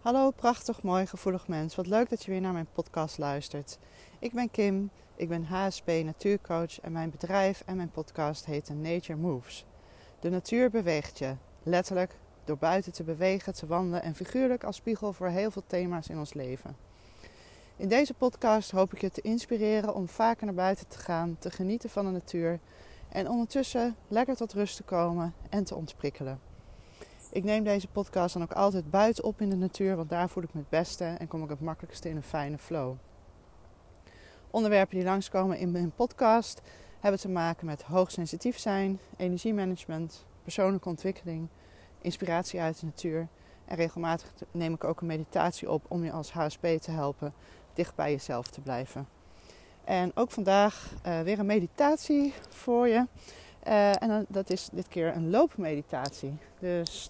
Hallo prachtig mooi gevoelig mens, wat leuk dat je weer naar mijn podcast luistert. Ik ben Kim, ik ben HSP natuurcoach en mijn bedrijf en mijn podcast heet Nature Moves. De natuur beweegt je, letterlijk door buiten te bewegen, te wandelen en figuurlijk als spiegel voor heel veel thema's in ons leven. In deze podcast hoop ik je te inspireren om vaker naar buiten te gaan, te genieten van de natuur en ondertussen lekker tot rust te komen en te ontprikkelen. Ik neem deze podcast dan ook altijd buiten op in de natuur, want daar voel ik me het beste en kom ik het makkelijkste in een fijne flow. Onderwerpen die langskomen in mijn podcast hebben te maken met hoogsensitief zijn, energiemanagement, persoonlijke ontwikkeling, inspiratie uit de natuur. En regelmatig neem ik ook een meditatie op om je als HSP te helpen dicht bij jezelf te blijven. En ook vandaag weer een meditatie voor je. Dat is dit keer een loopmeditatie. Dus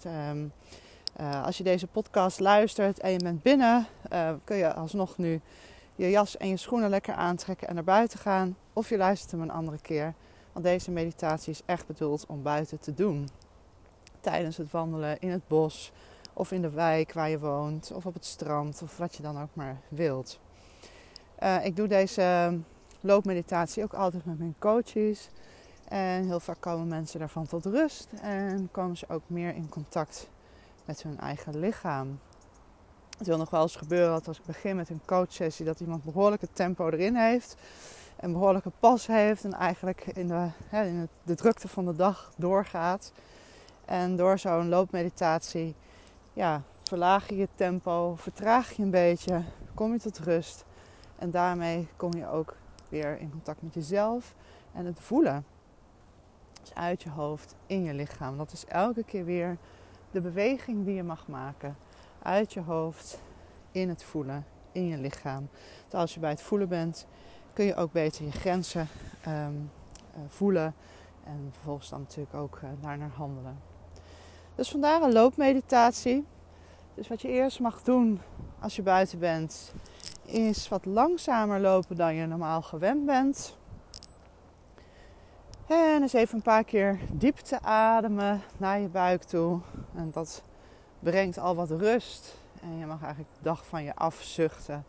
als je deze podcast luistert en je bent binnen, kun je alsnog nu je jas en je schoenen lekker aantrekken en naar buiten gaan. Of je luistert hem een andere keer. Want deze meditatie is echt bedoeld om buiten te doen. Tijdens het wandelen in het bos of in de wijk waar je woont of op het strand of wat je dan ook maar wilt. Ik doe deze loopmeditatie ook altijd met mijn coaches. En heel vaak komen mensen daarvan tot rust en komen ze ook meer in contact met hun eigen lichaam. Het wil nog wel eens gebeuren dat als ik begin met een coachsessie dat iemand behoorlijke tempo erin heeft. En behoorlijke pas heeft en eigenlijk in de drukte van de dag doorgaat. En door zo'n loopmeditatie verlaag je je tempo, vertraag je een beetje, kom je tot rust. En daarmee kom je ook weer in contact met jezelf en het voelen. Dus uit je hoofd, in je lichaam. Dat is elke keer weer de beweging die je mag maken. Uit je hoofd, in het voelen, in je lichaam. Dus als je bij het voelen bent, kun je ook beter je grenzen voelen. En vervolgens dan natuurlijk ook daarnaar handelen. Dus vandaar een loopmeditatie. Dus wat je eerst mag doen als je buiten bent, is wat langzamer lopen dan je normaal gewend bent. En eens even een paar keer diep te ademen naar je buik toe. En dat brengt al wat rust. En je mag eigenlijk de dag van je afzuchten.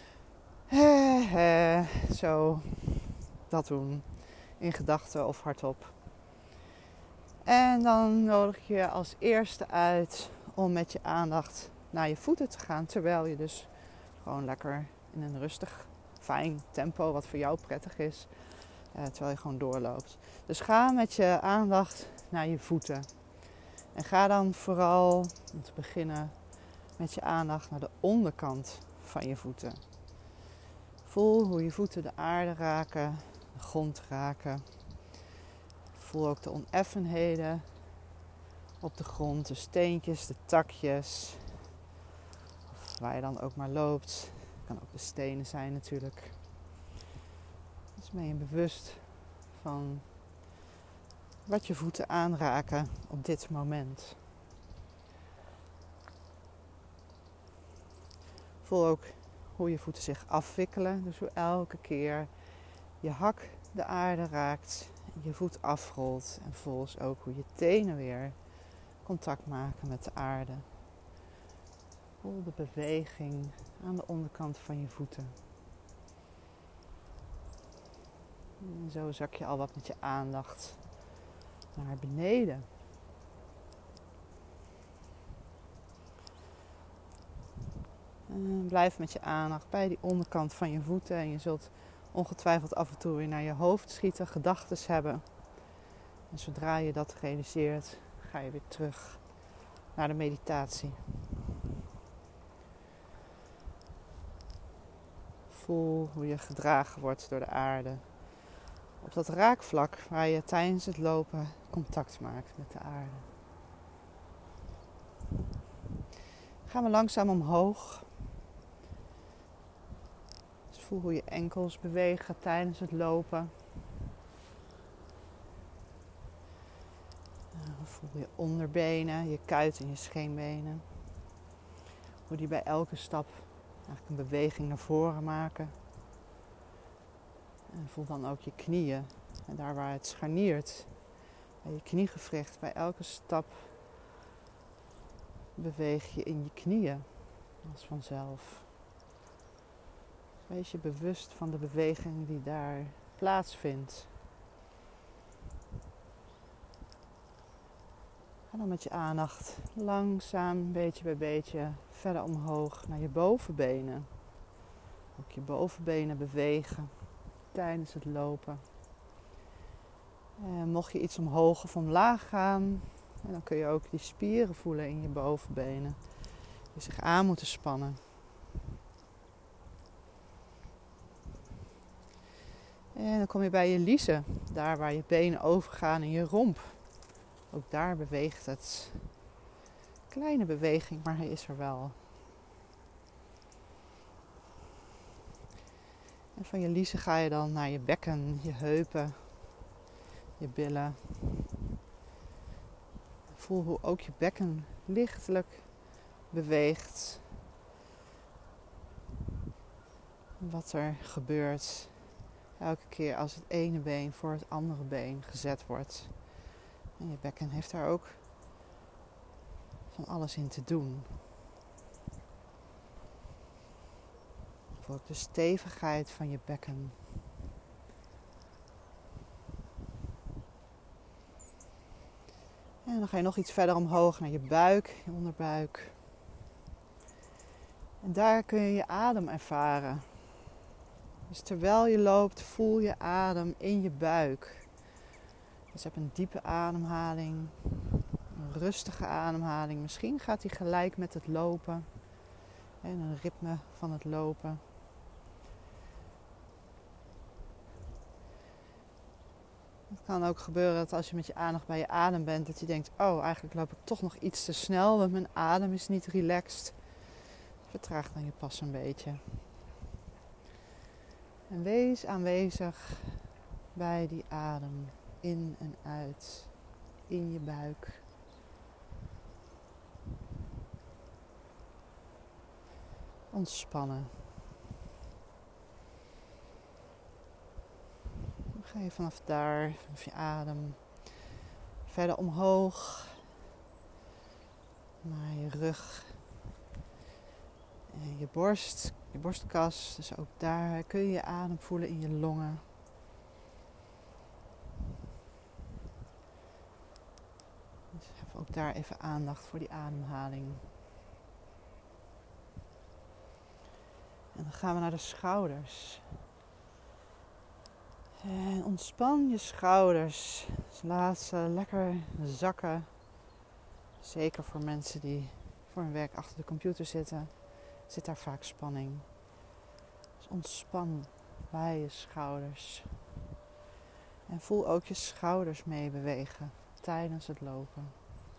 Zo dat doen. In gedachten of hardop. En dan nodig ik je als eerste uit om met je aandacht naar je voeten te gaan. Terwijl je dus gewoon lekker in een rustig, fijn tempo, wat voor jou prettig is. Terwijl je gewoon doorloopt. Dus ga met je aandacht naar je voeten. En ga dan vooral, om te beginnen, met je aandacht naar de onderkant van je voeten. Voel hoe je voeten de aarde raken, de grond raken. Voel ook de oneffenheden op de grond, de steentjes, de takjes. Of waar je dan ook maar loopt. Het kan ook de stenen zijn natuurlijk. Dus ben je bewust van wat je voeten aanraken op dit moment. Voel ook hoe je voeten zich afwikkelen. Dus hoe elke keer je hak de aarde raakt, je voet afrolt. En vervolgens ook hoe je tenen weer contact maken met de aarde. Voel de beweging aan de onderkant van je voeten. En zo zak je al wat met je aandacht naar beneden. En blijf met je aandacht bij die onderkant van je voeten. En je zult ongetwijfeld af en toe weer naar je hoofd schieten, gedachten hebben. En zodra je dat realiseert, ga je weer terug naar de meditatie. Voel hoe je gedragen wordt door de aarde. Op dat raakvlak waar je tijdens het lopen contact maakt met de aarde. Gaan we langzaam omhoog. Dus voel hoe je enkels bewegen tijdens het lopen. Voel je onderbenen, je kuit en je scheenbenen. Hoe die bij elke stap eigenlijk een beweging naar voren maken. En voel dan ook je knieën. En daar waar het scharniert, bij je kniegewricht, bij elke stap beweeg je in je knieën. Als vanzelf. Wees je bewust van de beweging die daar plaatsvindt. Ga dan met je aandacht langzaam, beetje bij beetje, verder omhoog naar je bovenbenen. Ook je bovenbenen bewegen tijdens het lopen. En mocht je iets omhoog of omlaag gaan, dan kun je ook die spieren voelen in je bovenbenen. Die zich aan moeten spannen. En dan kom je bij je liezen. Daar waar je benen overgaan in je romp. Ook daar beweegt het. Kleine beweging, maar hij is er wel. En van je liezen ga je dan naar je bekken, je heupen, je billen. Voel hoe ook je bekken lichtelijk beweegt. Wat er gebeurt elke keer als het ene been voor het andere been gezet wordt. En je bekken heeft daar ook van alles in te doen. Voel ook de stevigheid van je bekken. En dan ga je nog iets verder omhoog naar je buik, je onderbuik. En daar kun je je adem ervaren. Dus terwijl je loopt, voel je adem in je buik. Dus heb een diepe ademhaling, een rustige ademhaling. Misschien gaat die gelijk met het lopen en een ritme van het lopen. Het kan ook gebeuren dat als je met je aandacht bij je adem bent, dat je denkt, oh, eigenlijk loop ik toch nog iets te snel, want mijn adem is niet relaxed. Vertraag dan je pas een beetje. En wees aanwezig bij die adem, in en uit, in je buik. Ontspannen. Dan ga je vanaf daar, vanaf je adem, verder omhoog naar je rug en je borst, je borstkas. Dus ook daar kun je je adem voelen in je longen. Dus heb ook daar even aandacht voor die ademhaling. En dan gaan we naar de schouders. En ontspan je schouders. Dus laat ze lekker zakken. Zeker voor mensen die voor hun werk achter de computer zitten, zit daar vaak spanning. Dus ontspan bij je schouders. En voel ook je schouders meebewegen tijdens het lopen.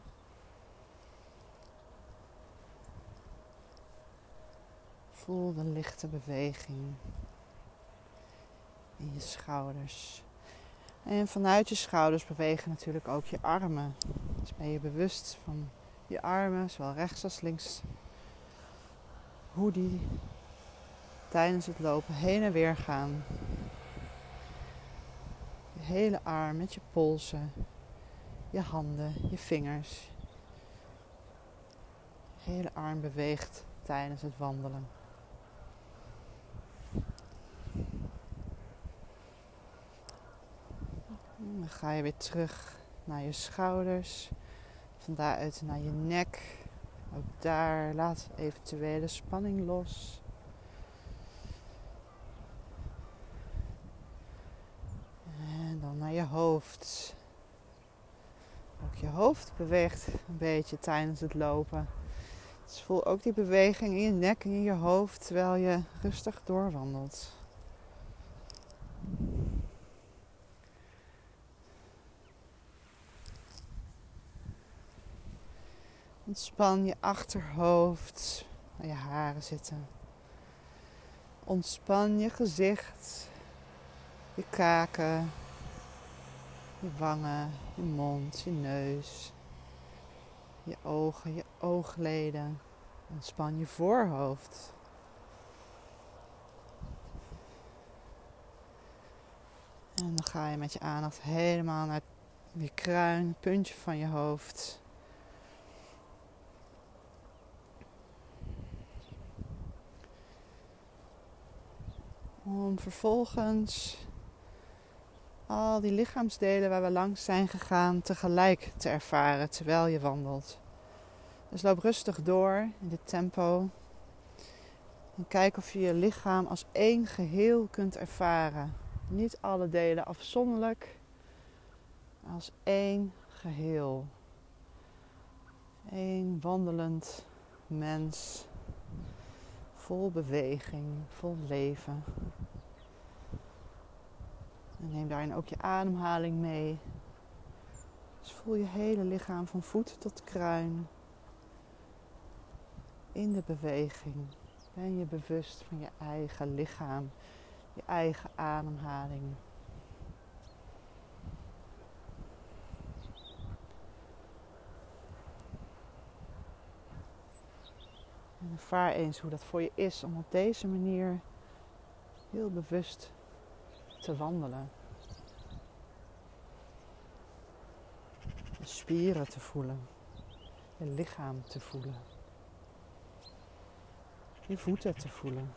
Voel de lichte beweging in je schouders. En vanuit je schouders bewegen natuurlijk ook je armen. Dus ben je bewust van je armen, zowel rechts als links. Hoe die tijdens het lopen heen en weer gaan. Je hele arm met je polsen, je handen, je vingers. Je hele arm beweegt tijdens het wandelen. Dan ga je weer terug naar je schouders. Van daaruit naar je nek. Ook daar laat eventuele spanning los. En dan naar je hoofd. Ook je hoofd beweegt een beetje tijdens het lopen. Dus voel ook die beweging in je nek en in je hoofd terwijl je rustig doorwandelt. Ontspan je achterhoofd, waar je haren zitten. Ontspan je gezicht, je kaken, je wangen, je mond, je neus, je ogen, je oogleden. Ontspan je voorhoofd. En dan ga je met je aandacht helemaal naar je kruin, het puntje van je hoofd. Om vervolgens al die lichaamsdelen waar we langs zijn gegaan tegelijk te ervaren terwijl je wandelt. Dus loop rustig door in dit tempo. En kijk of je je lichaam als één geheel kunt ervaren. Niet alle delen afzonderlijk, maar als één geheel. Eén wandelend mens. Vol beweging, vol leven. En neem daarin ook je ademhaling mee. Dus voel je hele lichaam van voet tot kruin. In de beweging. Ben je bewust van je eigen lichaam. Je eigen ademhaling. En ervaar eens hoe dat voor je is om op deze manier heel bewust te wandelen. Je spieren te voelen. Je lichaam te voelen. Je voeten te voelen.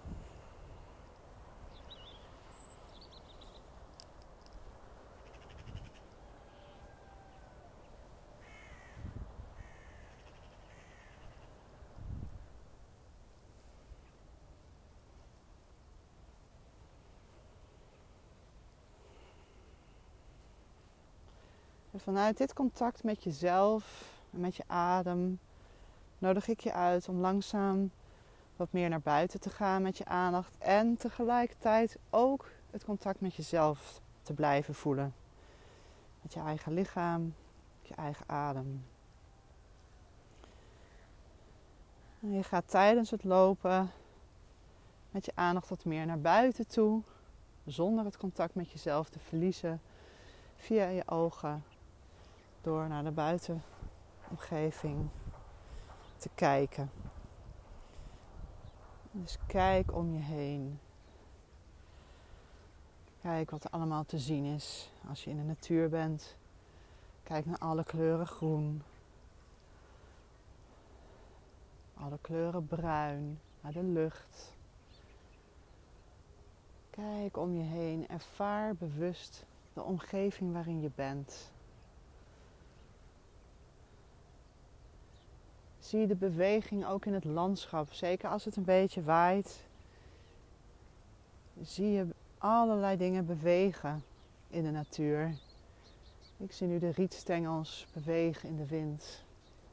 En vanuit dit contact met jezelf en met je adem nodig ik je uit om langzaam wat meer naar buiten te gaan met je aandacht. En tegelijkertijd ook het contact met jezelf te blijven voelen. Met je eigen lichaam, je eigen adem. En je gaat tijdens het lopen met je aandacht wat meer naar buiten toe. Zonder het contact met jezelf te verliezen. Via je ogen. Door naar de buitenomgeving te kijken. Dus kijk om je heen. Kijk wat er allemaal te zien is als je in de natuur bent. Kijk naar alle kleuren groen. Alle kleuren bruin. Naar de lucht. Kijk om je heen. Ervaar bewust de omgeving waarin je bent. Zie de beweging ook in het landschap. Zeker als het een beetje waait. Zie je allerlei dingen bewegen in de natuur. Ik zie nu de rietstengels bewegen in de wind.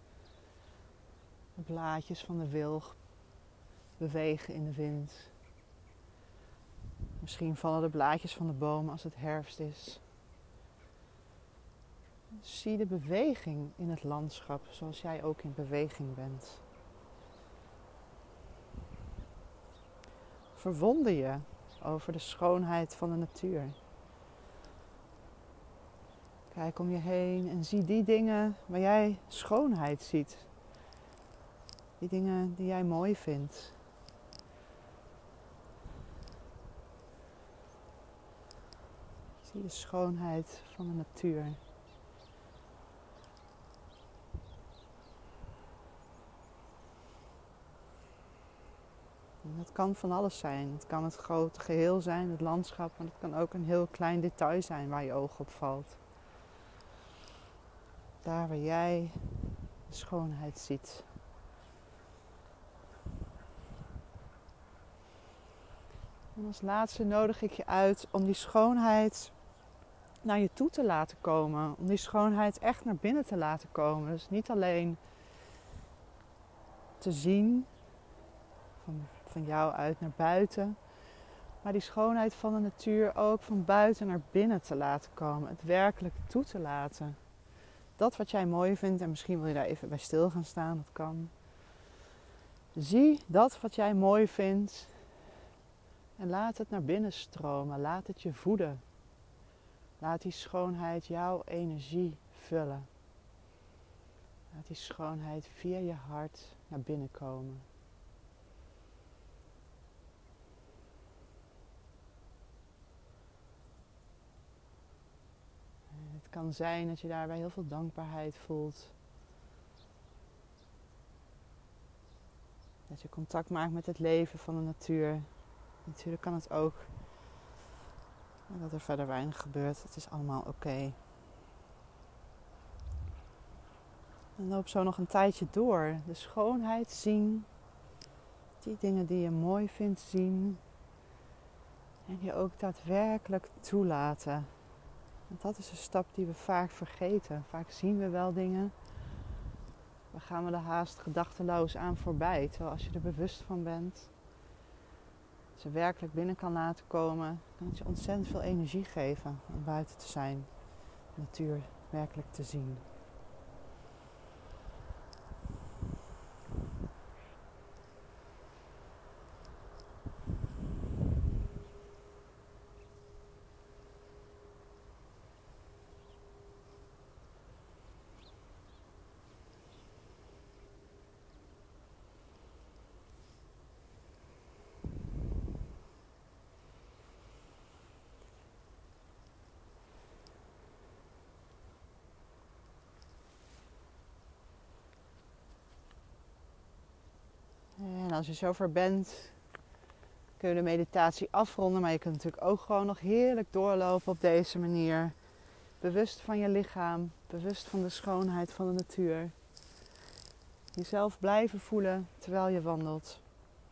De blaadjes van de wilg bewegen in de wind. Misschien vallen de blaadjes van de boom als het herfst is. Zie de beweging in het landschap, zoals jij ook in beweging bent. Verwonder je over de schoonheid van de natuur. Kijk om je heen en zie die dingen waar jij schoonheid ziet. Die dingen die jij mooi vindt. Zie de schoonheid van de natuur. En dat kan van alles zijn. Het kan het grote geheel zijn, het landschap, maar het kan ook een heel klein detail zijn waar je oog op valt. Daar waar jij de schoonheid ziet. En als laatste nodig ik je uit om die schoonheid naar je toe te laten komen. Om die schoonheid echt naar binnen te laten komen. Dus niet alleen te zien van jou uit naar buiten. Maar die schoonheid van de natuur ook van buiten naar binnen te laten komen. Het werkelijk toe te laten. Dat wat jij mooi vindt, en misschien wil je daar even bij stil gaan staan, dat kan. Zie dat wat jij mooi vindt. En laat het naar binnen stromen. Laat het je voeden. Laat die schoonheid jouw energie vullen. Laat die schoonheid via je hart naar binnen komen. En het kan zijn dat je daarbij heel veel dankbaarheid voelt. Dat je contact maakt met het leven van de natuur. Natuurlijk kan het ook En dat er verder weinig gebeurt. Het is allemaal oké. En loop zo nog een tijdje door. De schoonheid zien. Die dingen die je mooi vindt zien. En die ook daadwerkelijk toelaten. Want dat is een stap die we vaak vergeten. Vaak zien we wel dingen. Maar gaan we er haast gedachteloos aan voorbij. Terwijl als je er bewust van bent. Ze werkelijk binnen kan laten komen. Kan het je ontzettend veel energie geven. Om buiten te zijn. De natuur werkelijk te zien. En als je zover bent, kun je de meditatie afronden. Maar je kunt natuurlijk ook gewoon nog heerlijk doorlopen op deze manier. Bewust van je lichaam, bewust van de schoonheid van de natuur. Jezelf blijven voelen terwijl je wandelt.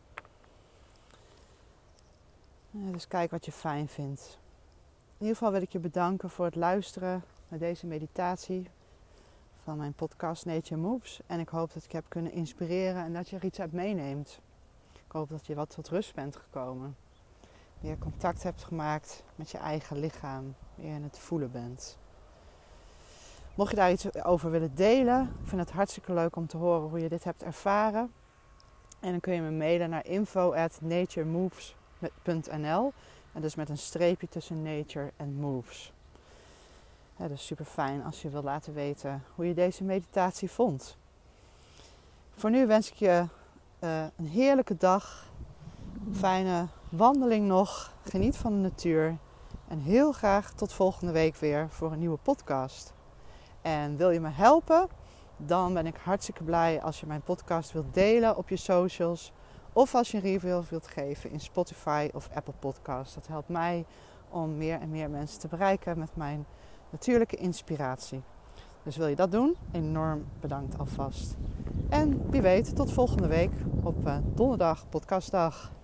Dus kijk wat je fijn vindt. In ieder geval wil ik je bedanken voor het luisteren naar deze meditatie van mijn podcast Nature Moves. En ik hoop dat ik je heb kunnen inspireren en dat je er iets uit meeneemt. Ik hoop dat je wat tot rust bent gekomen. Weer contact hebt gemaakt met je eigen lichaam. Weer in het voelen bent. Mocht je daar iets over willen delen, ik vind het hartstikke leuk om te horen hoe je dit hebt ervaren. En dan kun je me mailen naar info@naturemoves.nl. En dus met een streepje tussen nature en moves. Ja, dus super fijn als je wilt laten weten hoe je deze meditatie vond. Voor nu wens ik je een heerlijke dag. Een fijne wandeling nog. Geniet van de natuur. En heel graag tot volgende week weer voor een nieuwe podcast. En wil je me helpen? Dan ben ik hartstikke blij als je mijn podcast wilt delen op je socials. Of als je een review wilt geven in Spotify of Apple Podcasts. Dat helpt mij om meer en meer mensen te bereiken met mijn natuurlijke inspiratie. Dus wil je dat doen? Enorm bedankt alvast. En wie weet, tot volgende week op donderdag, podcastdag.